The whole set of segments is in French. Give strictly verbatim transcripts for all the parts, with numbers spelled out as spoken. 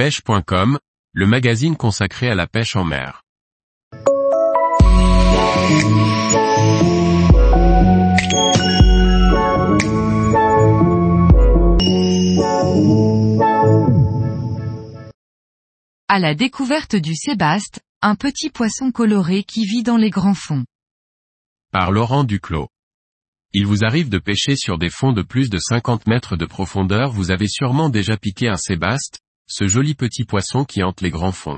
pêche point com, le magazine consacré à la pêche en mer. À la découverte du sébaste, un petit poisson coloré qui vit dans les grands fonds. Par Laurent Duclos. Il vous arrive de pêcher sur des fonds de plus de cinquante mètres de profondeur, vous avez sûrement déjà piqué un sébaste, ce joli petit poisson qui hante les grands fonds.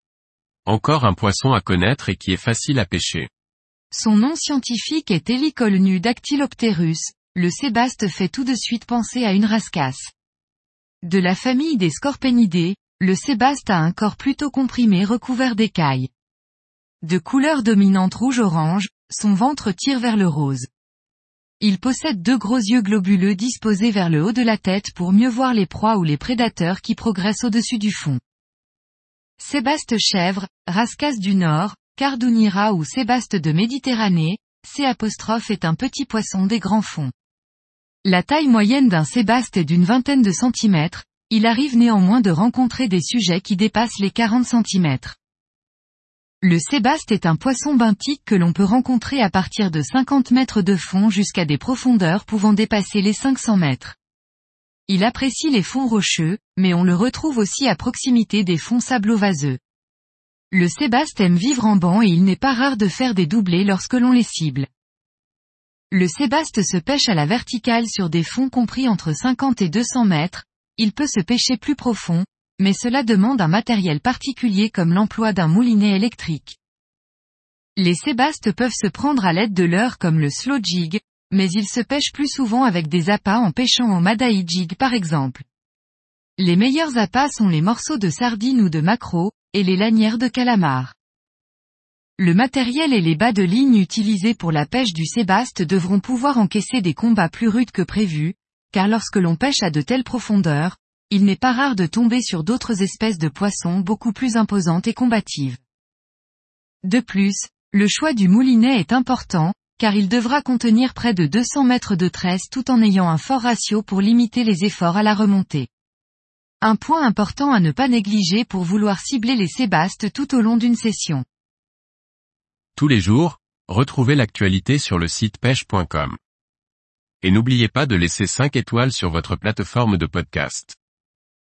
Encore un poisson à connaître et qui est facile à pêcher. Son nom scientifique est Helicolnu dactylopterus, le sébaste fait tout de suite penser à une rascasse. De la famille des Scorpaenidae, le sébaste a un corps plutôt comprimé recouvert d'écailles. De couleur dominante rouge-orange, son ventre tire vers le rose. Il possède deux gros yeux globuleux disposés vers le haut de la tête pour mieux voir les proies ou les prédateurs qui progressent au-dessus du fond. Sébaste chèvre, rascasse du Nord, Cardunira ou sébaste de Méditerranée, C' est un petit poisson des grands fonds. La taille moyenne d'un sébaste est d'une vingtaine de centimètres, il arrive néanmoins de rencontrer des sujets qui dépassent les quarante centimètres. Le sébaste est un poisson benthique que l'on peut rencontrer à partir de cinquante mètres de fond jusqu'à des profondeurs pouvant dépasser les cinq cents mètres. Il apprécie les fonds rocheux, mais on le retrouve aussi à proximité des fonds sablo-vaseux. Le sébaste aime vivre en banc et il n'est pas rare de faire des doublés lorsque l'on les cible. Le sébaste se pêche à la verticale sur des fonds compris entre cinquante et deux cents mètres, il peut se pêcher plus profond, mais cela demande un matériel particulier comme l'emploi d'un moulinet électrique. Les sébastes peuvent se prendre à l'aide de leurres comme le slow jig, mais ils se pêchent plus souvent avec des appâts en pêchant au Madai jig par exemple. Les meilleurs appâts sont les morceaux de sardines ou de maquereau, et les lanières de calamar. Le matériel et les bas de ligne utilisés pour la pêche du sébaste devront pouvoir encaisser des combats plus rudes que prévu, car lorsque l'on pêche à de telles profondeurs, il n'est pas rare de tomber sur d'autres espèces de poissons beaucoup plus imposantes et combatives. De plus, le choix du moulinet est important, car il devra contenir près de deux cents mètres de tresse tout en ayant un fort ratio pour limiter les efforts à la remontée. Un point important à ne pas négliger pour vouloir cibler les sébastes tout au long d'une session. Tous les jours, retrouvez l'actualité sur le site pêche point com. Et n'oubliez pas de laisser cinq étoiles sur votre plateforme de podcast.